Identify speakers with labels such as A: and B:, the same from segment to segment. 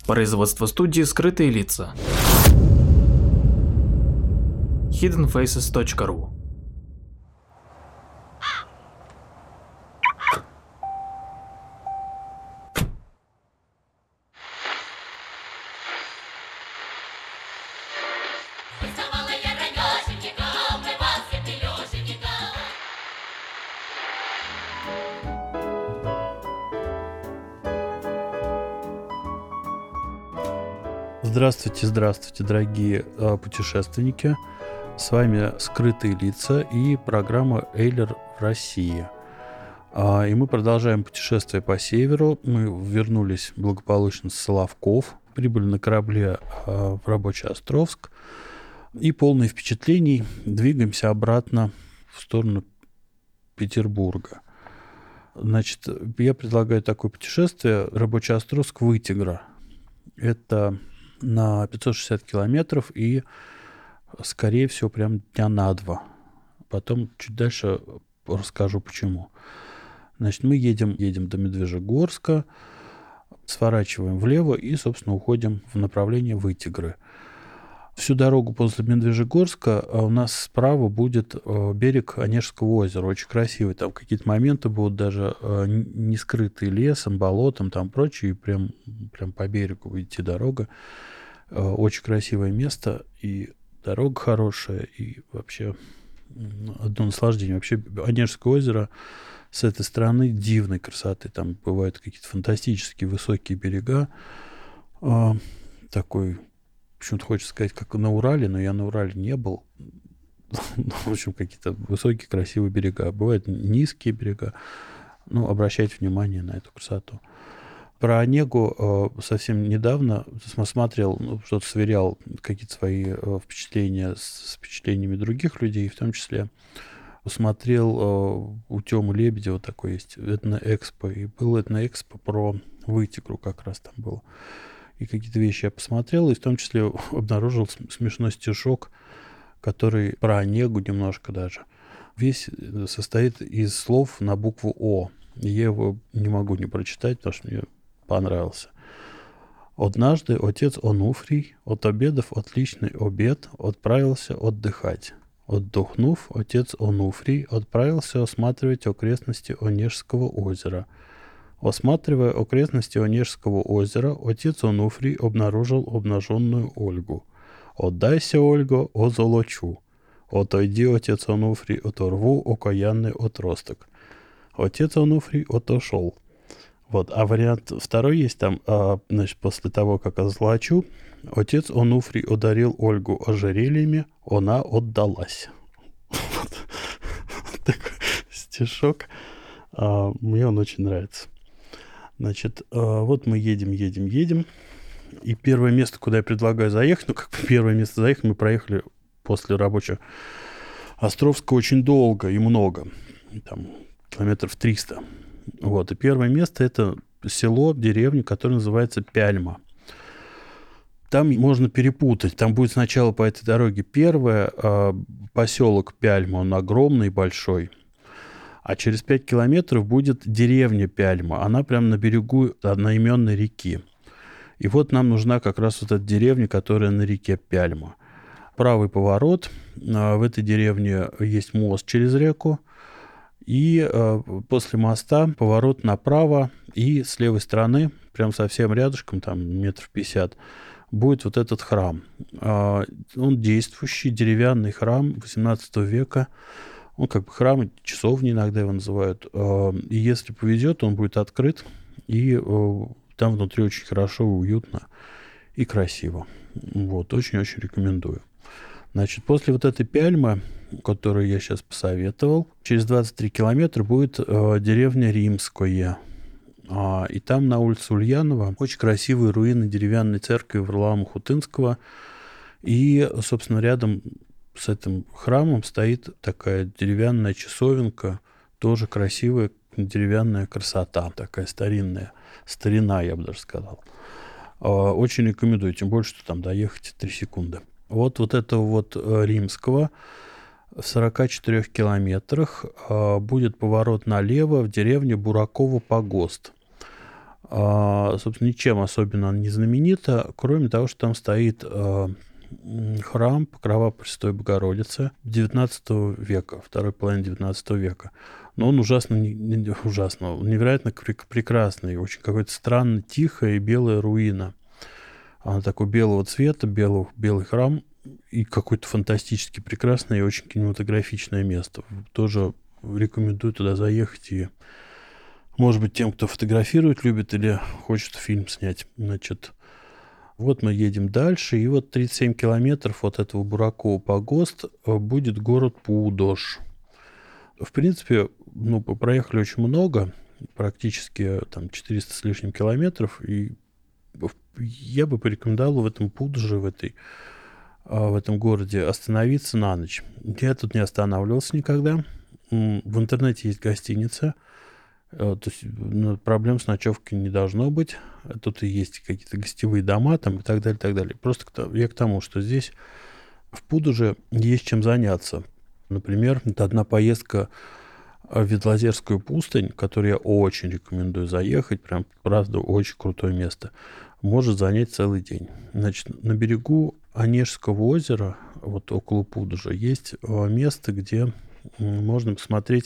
A: Производство студии «Скрытые лица». hiddenfaces.ru.
B: Здравствуйте, дорогие путешественники. С вами «Скрытые лица» и программа «Эйлер в России». И мы продолжаем путешествие по северу. Мы вернулись благополучно с Соловков, прибыли на корабле в Рабочий Островск и, полные впечатлений, двигаемся обратно в сторону Петербурга. Значит, я предлагаю такое путешествие Рабочий Островск-Вытегра. Это на 560 километров и, скорее всего, прям дня на 2. Потом чуть дальше расскажу, почему. Значит, мы едем до Медвежьегорска, сворачиваем влево и, собственно, уходим в направлении Вытегры. Всю дорогу после Медвежьегорска у нас справа будет берег Онежского озера, очень красивый. Там какие-то моменты будут даже не скрытые лесом, болотом, там прочее, и прям по берегу идти дорога. Очень красивое место, и дорога хорошая, и вообще одно наслаждение. Вообще Онежское озеро с этой стороны дивной красоты. Там бывают какие-то фантастические высокие берега. Такой, почему-то хочется сказать, как на Урале, но я на Урале не был. В общем, какие-то высокие красивые берега. Бывают низкие берега. Ну, обращайте внимание на эту красоту. Про Онегу совсем недавно смотрел, что-то сверял какие-то свои впечатления с впечатлениями других людей, в том числе смотрел у Тёмы Лебедева такой есть этноэкспо, и был этноэкспо про Вытегру как раз там было. И какие-то вещи я посмотрел, и в том числе обнаружил смешной стишок, который про Онегу немножко даже. Весь состоит из слов на букву «О». И я его не могу не прочитать, потому что мне понравился. Однажды отец Онуфрий от обедов отличный обед отправился отдыхать. Отдохнув, отец Онуфрий отправился осматривать окрестности Онежского озера. Осматривая окрестности Онежского озера, отец Онуфрий обнаружил обнаженную Ольгу. «Отдайся, Ольга, озолочу. Отойди, отец Онуфрий, оторву окаянный отросток». Отец Онуфрий отошел. Вот. А вариант второй есть там, значит, после того, как озолочу, отец Онуфрий одарил Ольгу ожерельями, она отдалась. Вот. Такой стишок. Мне он очень нравится. Значит, вот мы едем. И первое место, куда я предлагаю заехать, первое место заехать, мы проехали после Рабочего Островска очень долго и много. Там километров 300. Вот. И первое место — это село, деревня, которое называется Пяльма. Там можно перепутать. Там будет сначала по этой дороге поселок Пяльма, он огромный, большой. А через 5 километров будет деревня Пяльма. Она прямо на берегу одноименной реки. И вот нам нужна как раз вот эта деревня, которая на реке Пяльма. Правый поворот. В этой деревне есть мост через реку. И после моста поворот направо. И с левой стороны, прям совсем рядышком, там 50 метров, будет вот этот храм. Он действующий, деревянный храм 18 века. Он как бы храм, часовни иногда его называют. И если повезет, он будет открыт. И там внутри очень хорошо, уютно и красиво. Вот, очень-очень рекомендую. Значит, после вот этой Пяльмы, которую я сейчас посоветовал, через 23 километра будет деревня Римская. И там на улице Ульянова очень красивые руины деревянной церкви Варлаама Хутынского. И, собственно, рядом с этим храмом стоит такая деревянная часовенка, тоже красивая деревянная красота, такая старина, я бы даже сказал. Очень рекомендую, тем более, что там доехать 3 секунды. Вот этого вот Римского в 44 километрах будет поворот налево в деревню Бураково-Погост. Собственно, ничем особенно она не знаменита, кроме того, что там стоит храм Покрова Пресвятой Богородицы XIX века, второй половины XIX века. Но он ужасно, ужасно, невероятно прекрасный, очень какой-то странно тихая и белая руина. Она такой белого цвета, белый храм, и какой-то фантастически прекрасное и очень кинематографичное место. Тоже рекомендую туда заехать и, может быть, тем, кто фотографирует, любит или хочет фильм снять. Значит, вот мы едем дальше, и вот 37 километров от этого Буракова погост будет город Пудож. В принципе, проехали очень много, практически там 400 с лишним километров, и я бы порекомендовал в этом Пудоже, в этом городе остановиться на ночь. Я тут не останавливался никогда. В интернете есть гостиница, то есть проблем с ночевкой не должно быть. Тут и есть какие-то гостевые дома там, и так далее, и так далее. Просто я к тому, что здесь в Пудоже есть чем заняться. Например, это одна поездка в Ветлозерскую пустынь, которую я очень рекомендую заехать. Прям, правда, очень крутое место. Может занять целый день. Значит, на берегу Онежского озера, вот около Пудожа, есть место, где можно посмотреть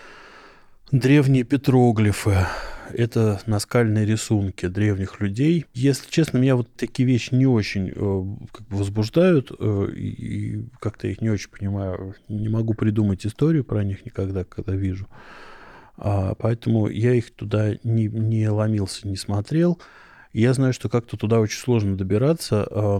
B: древние петроглифы. Это наскальные рисунки древних людей. Если честно, меня вот такие вещи не очень возбуждают, и как-то их не очень понимаю. Не могу придумать историю про них никогда, когда вижу. Поэтому я их туда не ломился, не смотрел. Я знаю, что как-то туда очень сложно добираться.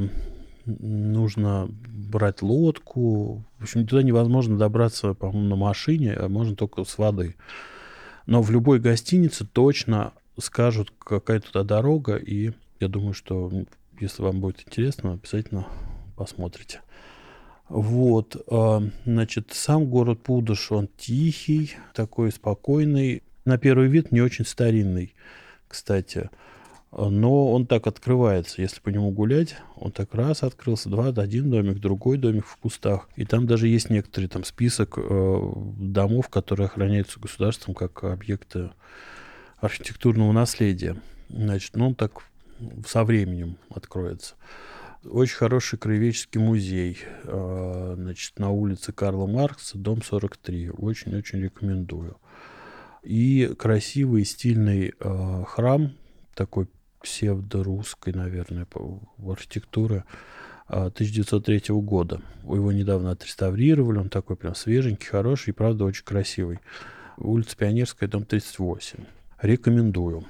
B: Нужно брать лодку. В общем, туда невозможно добраться, по-моему, на машине, а можно только с воды. Но в любой гостинице точно скажут, какая туда дорога, и я думаю, что если вам будет интересно, обязательно посмотрите. Вот, значит, сам город Пудож, он тихий, такой спокойный, на первый вид не очень старинный, кстати. Но он так открывается, если по нему гулять, он так раз открылся, два, один домик, другой домик в кустах. И там даже есть некоторый там список домов, которые охраняются государством как объекты архитектурного наследия. Значит, он так со временем откроется. Очень хороший краеведческий музей, значит, на улице Карла Маркса, дом 43. Очень-очень рекомендую. И красивый стильный храм, такой псевдорусской, наверное, архитектуры 1903 года. Его недавно отреставрировали, он такой прям свеженький, хороший и, правда, очень красивый. Улица Пионерская, дом 38. Рекомендую.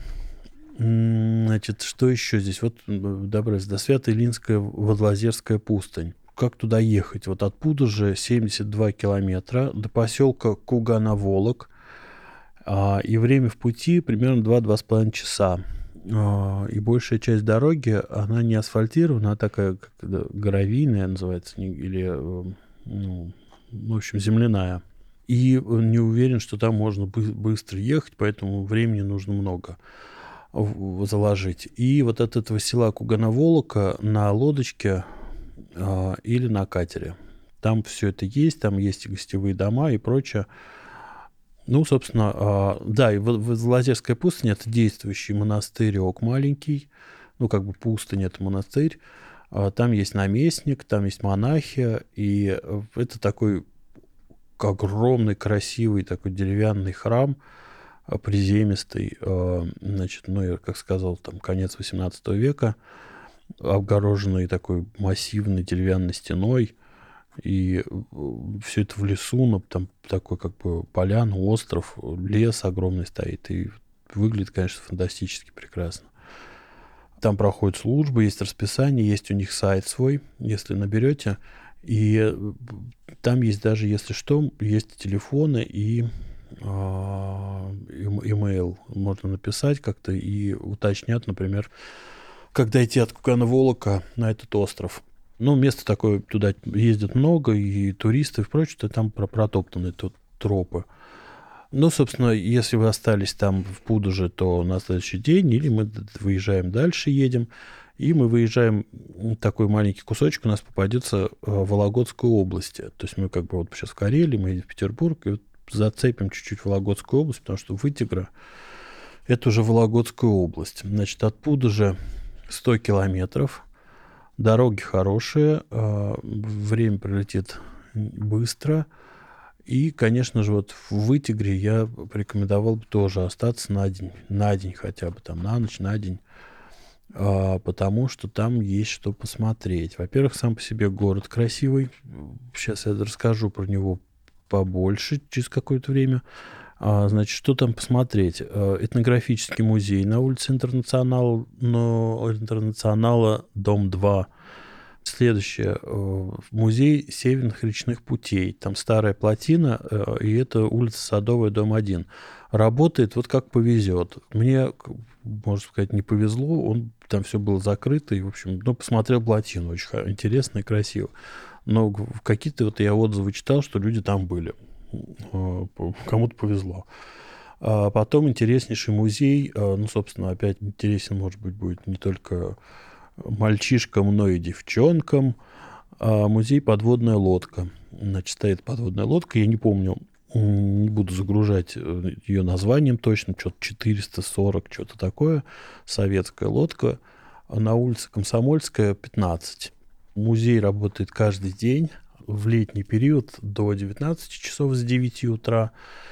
B: Значит, что еще здесь? Вот добрались до Свято-Илинская Водлозерская пустынь. Как туда ехать? Вот от Пудожа 72 километра до поселка Кугановолок. И время в пути примерно 2-2,5 часа. И большая часть дороги, она не асфальтирована, а такая как гравийная называется, или, в общем, земляная. И не уверен, что там можно быстро ехать, поэтому времени нужно много заложить. И вот от этого села Кугановолока на лодочке или на катере. Там все это есть, там есть и гостевые дома и прочее. Собственно, да, и Лазерская пустыня — это действующий монастырек маленький, как бы пустыня — это монастырь, там есть наместник, там есть монахи, и это такой огромный, красивый такой деревянный храм, приземистый, значит, я как сказал, там конец XVIII века, обгороженный такой массивной деревянной стеной, и все это в лесу, там такой как бы поляна, остров, лес огромный стоит, и выглядит, конечно, фантастически прекрасно. Там проходят службы, есть расписание, есть у них сайт свой, если наберете, и там есть даже, если что, есть телефоны и имейл, можно написать как-то и уточнят, например, когда идти от Кугановолока на этот остров. Место такое, туда ездят много, и туристы, и прочее, там протоптаны тут тропы. Собственно, если вы остались там в Пудоже, то на следующий день, или мы выезжаем дальше, едем, и мы выезжаем, такой маленький кусочек у нас попадется в Вологодской области. То есть мы как бы вот сейчас в Карелии, мы едем в Петербург, и вот зацепим чуть-чуть Вологодскую область, потому что Вытегра Это уже Вологодская область. Значит, оттуда же 100 километров. Дороги хорошие, время пролетит быстро. И, конечно же, вот в Вытегре я порекомендовал бы тоже остаться на день хотя бы, там, на ночь, на день, потому что там есть что посмотреть. Во-первых, сам по себе город красивый. Сейчас я расскажу про него побольше через какое-то время. Значит, что там посмотреть? Этнографический музей на улице Интернационала, дом 2. Следующее. Музей северных речных путей. Там старая плотина, и это улица Садовая, дом 1. Работает вот как повезет. Мне, можно сказать, не повезло. Там все было закрыто. И, в общем, посмотрел плотину. Очень интересно и красиво. Но какие-то вот я отзывы читал, что люди там были. Кому-то повезло. Потом интереснейший музей. Собственно, опять интересен, может быть, будет не только мальчишкам, но и девчонкам. Музей «Подводная лодка». Значит, стоит подводная лодка. Я не помню, не буду загружать ее названием точно. Что-то 440, что-то такое. Советская лодка. На улице Комсомольская, 15. Музей работает каждый день. В летний период до 19 часов с 9 утра.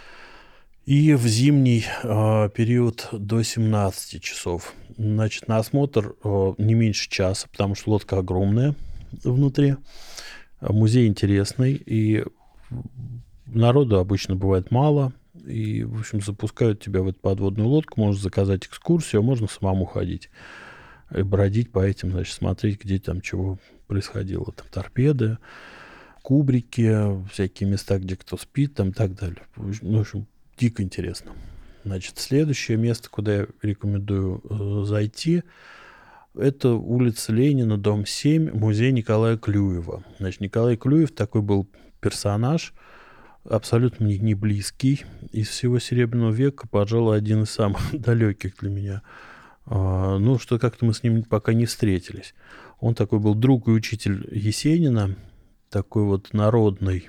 B: И в зимний период до 17 часов. Значит, на осмотр не меньше часа, потому что лодка огромная внутри. Музей интересный, и народу обычно бывает мало. И, в общем, запускают тебя в эту подводную лодку. Можно заказать экскурсию, а можно самому ходить. И бродить по этим, значит, смотреть, где там чего происходило. Там торпеды, кубрики, всякие места, где кто спит, там и так далее. В общем, дико интересно. Значит, следующее место, куда я рекомендую зайти, это улица Ленина, дом 7, музей Николая Клюева. Значит, Николай Клюев такой был персонаж, абсолютно мне не близкий. Из всего Серебряного века, пожалуй, один из самых далеких для меня. Что как-то мы с ним пока не встретились. Он такой был друг и учитель Есенина, такой вот народный.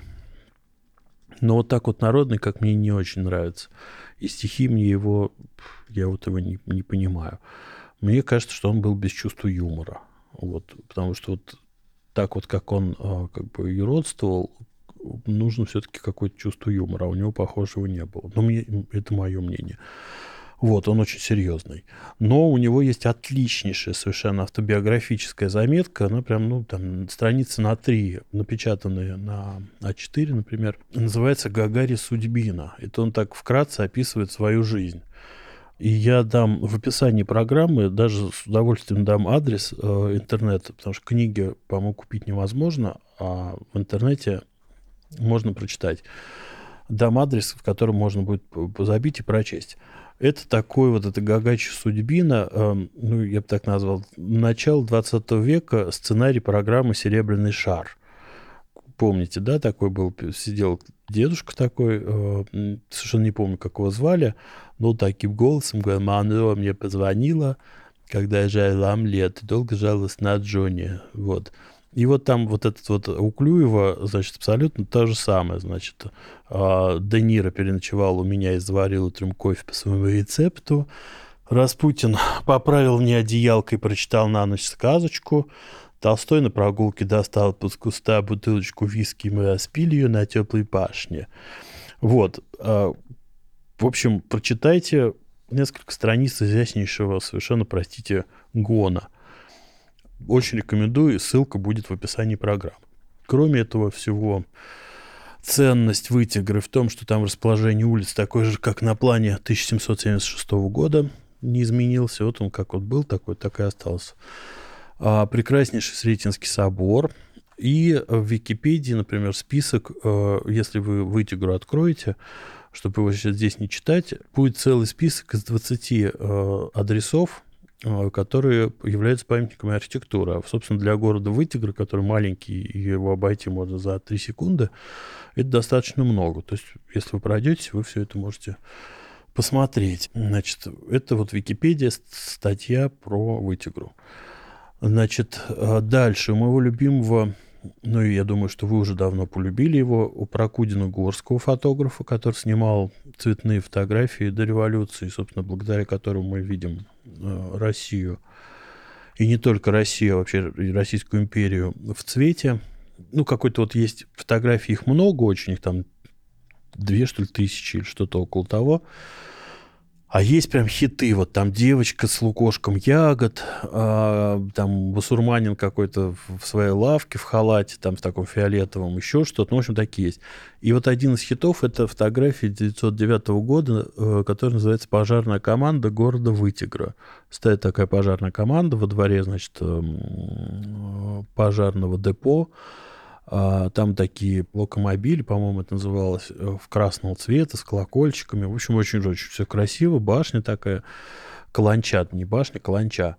B: Но вот так вот народный, как мне не очень нравится. И стихи мне я вот его не понимаю. Мне кажется, что он был без чувства юмора. Вот, потому что вот так вот, как он как бы юродствовал, нужно все-таки какое-то чувство юмора, а у него похожего не было. Но это мое мнение. Вот, он очень серьезный. Но у него есть отличнейшая совершенно автобиографическая заметка. Она прям, там, страницы на 3, напечатанная на А4, например. Называется «Гагари Судьбина». Это он так вкратце описывает свою жизнь. И я дам в описании программы, даже с удовольствием дам адрес интернета, потому что книги, по-моему, купить невозможно, а в интернете можно прочитать. Дам адрес, в котором можно будет забить и прочесть. Это такой вот, это Гагачья Судьбина, я бы так назвал, начало 20 века, сценарий программы «Серебряный шар». Помните, да, такой был, сидел дедушка такой, совершенно не помню, как его звали, но таким голосом говорил: «Мама мне позвонила, когда я жила лет, и долго жаловалась на Джонни». Вот. И вот там вот этот вот у Клюева, значит, абсолютно то же самое. Значит, Де Ниро переночевал у меня и заварил утром кофе по своему рецепту. Распутин поправил мне одеялко и прочитал на ночь сказочку. Толстой на прогулке достал из куста бутылочку виски, и мы распили ее на теплой пашне. Вот. В общем, прочитайте несколько страниц изящнейшего, совершенно, простите, гона. Очень рекомендую, и ссылка будет в описании программы. Кроме этого всего, ценность Вытегры в том, что там расположение улиц такое же, как на плане 1776 года, не изменился. Вот он как вот был такой, так и остался. Прекраснейший Сретенский собор. И в Википедии, например, список, если вы Вытегру откроете, чтобы его сейчас здесь не читать, будет целый список из 20 адресов, которые являются памятниками архитектуры. Собственно, для города Вытегры, который маленький, и его обойти можно за 3 секунды, это достаточно много. То есть, если вы пройдете, вы все это можете посмотреть. Значит, это вот Википедия, статья про Вытегру. Значит, дальше у моего любимого Ну, и я думаю, что вы уже давно полюбили его, у Прокудина-Горского фотографа, который снимал цветные фотографии до революции, собственно, благодаря которому мы видим Россию, и не только Россию, а вообще и Российскую империю в цвете. Ну, какой-то вот есть фотографии, их много очень, их там 2, что ли, тысячи или что-то около того. А есть прям хиты, вот там девочка с лукошком ягод, там басурманин какой-то в своей лавке в халате, там в таком фиолетовом, еще что-то, ну, в общем, такие есть. И вот один из хитов — это фотография 1909 года, которая называется «Пожарная команда города Вытегра». Стоит такая пожарная команда во дворе, значит, пожарного депо. Там такие локомобили, по-моему, это называлось, в красного цвета, с колокольчиками. В общем, очень-очень все красиво. Башня такая, каланча, не башня, каланча.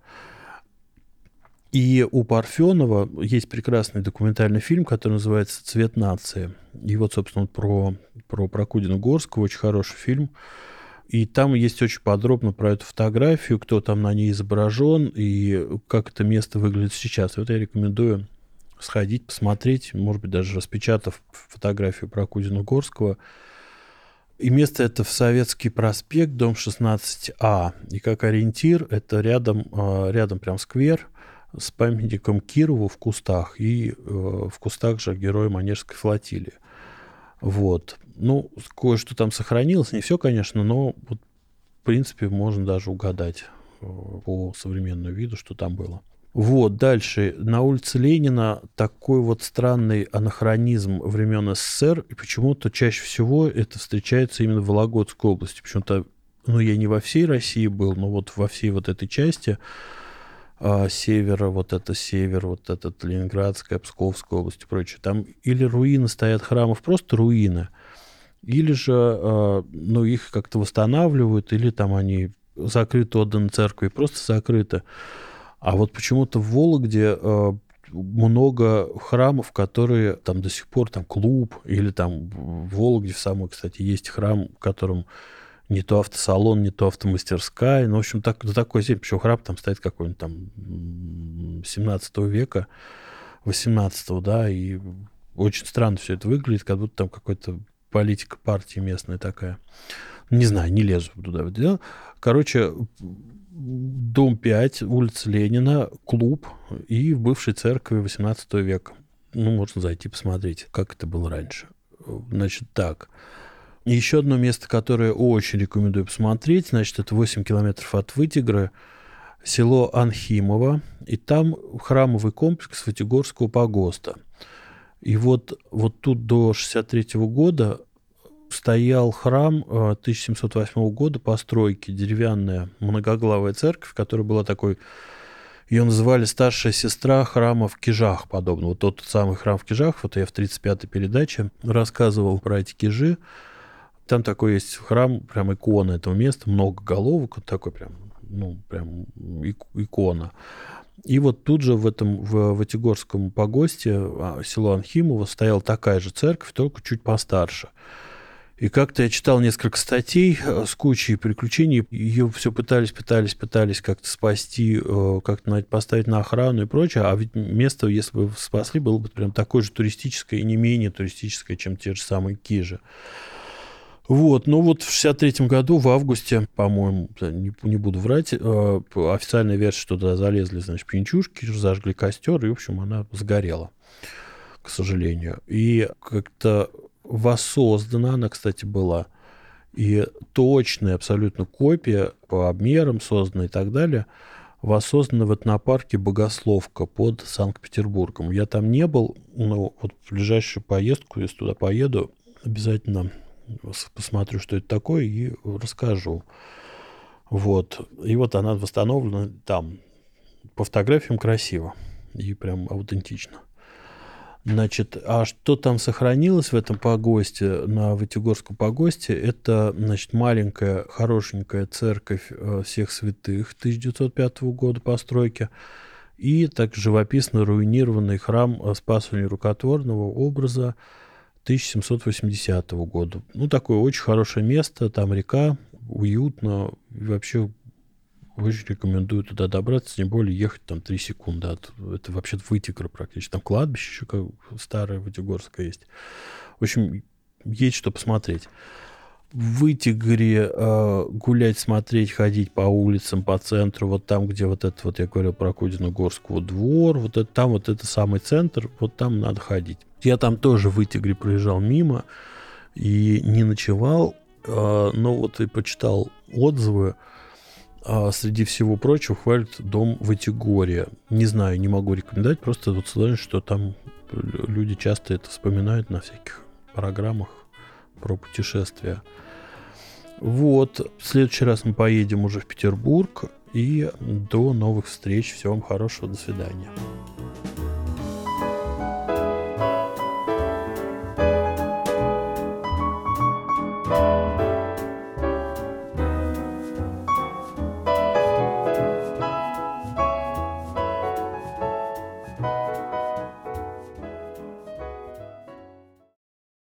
B: И у Парфенова есть прекрасный документальный фильм, который называется «Цвет нации». И вот, собственно, про Прокудина-Горского, очень хороший фильм. И там есть очень подробно про эту фотографию, кто там на ней изображен и как это место выглядит сейчас. И вот я рекомендую сходить, посмотреть, может быть, даже распечатав фотографию Прокудина-Горского. И место это в Советский проспект, дом 16А. И как ориентир, это рядом прям сквер с памятником Кирову в кустах. И в кустах же герой Манежской флотилии. Вот. Ну, кое-что там сохранилось. Не все, конечно, но вот, в принципе, можно даже угадать по современному виду, что там было. Вот, дальше. На улице Ленина такой вот странный анахронизм времен СССР, и почему-то чаще всего это встречается именно в Вологодской области. Почему-то, ну, я не во всей России был, но вот во всей вот этой части севера, вот это север, вот этот Ленинградская, Псковская область и прочее. Там или руины стоят храмов, просто руины, или же, ну, их как-то восстанавливают, или там они закрыты, отданы церкви, просто закрыты. А вот почему-то в Вологде много храмов, которые там до сих пор, там клуб, или там в Вологде в самой, кстати, есть храм, в котором не то автосалон, не то автомастерская. Ну, в общем, до такой степени. Причем храм там стоит какой-нибудь там 17 века, 18, да, и очень странно все это выглядит, как будто там какой-то политика партии местная такая. Не знаю, не лезу туда в это дело. Короче, дом 5, улица Ленина, клуб и в бывшей церкви 18 века. Ну, можно зайти посмотреть, как это было раньше. Значит, так. Еще одно место, которое очень рекомендую посмотреть, значит, это 8 километров от Вытегры, село Анхимово, и там храмовый комплекс Вытегорского погоста. И вот тут до 1963 года стоял храм 1708 года постройки, деревянная многоглавая церковь, которая была такой, ее называли старшая сестра храма в Кижах, подобно. Вот тот самый храм в Кижах, вот я в 35-й передаче рассказывал про эти Кижи. Там такой есть храм, прям икона этого места, много головок, вот такой прям, ну, прям икона. И вот тут же в Вытегорском погосте, село Анхимово, стояла такая же церковь, только чуть постарше. И как-то я читал несколько статей с кучей приключений. Ее все пытались как-то спасти, как-то поставить на охрану и прочее. А ведь место, если бы спасли, было бы прям такое же туристическое и не менее туристическое, чем те же самые Кижи. Вот, ну вот в 1963 году, в августе, по-моему, не буду врать, официальная версия, что туда залезли, значит, пьянчушки, зажгли костер, и, в общем, она сгорела, к сожалению. И как-то воссоздана она, кстати, была, и точная абсолютно копия по обмерам создана и так далее, воссоздана в этнопарке Богословка под Санкт-Петербургом. Я там не был, но вот в ближайшую поездку, если туда поеду, обязательно посмотрю, что это такое, и расскажу. Вот. И вот она восстановлена там. По фотографиям красиво и прям аутентично. Значит, а что там сохранилось в этом погосте, на Вытегорском погосте, это, значит, маленькая, хорошенькая церковь всех святых 1905 года постройки и также живописно руинированный храм Спаса Нерукотворного образа 1780 года. Ну, такое очень хорошее место, там река, уютно, вообще Очень рекомендую туда добраться, тем более ехать там 3 секунды. Это вообще Вытегра практически. Там кладбище еще как старое Вытегорское есть. В общем, есть что посмотреть. В Вытегре гулять, смотреть, ходить по улицам, по центру, вот там, где вот это вот, я говорил про Кудино-Горского двор, вот это там, вот это самый центр, вот там надо ходить. Я там тоже в Вытегре проезжал мимо и не ночевал, но вот и почитал отзывы. Среди всего прочего хвалят дом Вытегорья. Не знаю, не могу рекомендовать, просто вот слышно, что там люди часто это вспоминают на всяких программах про путешествия. Вот, в следующий раз мы поедем уже в Петербург, и до новых встреч. Всего вам хорошего, до свидания.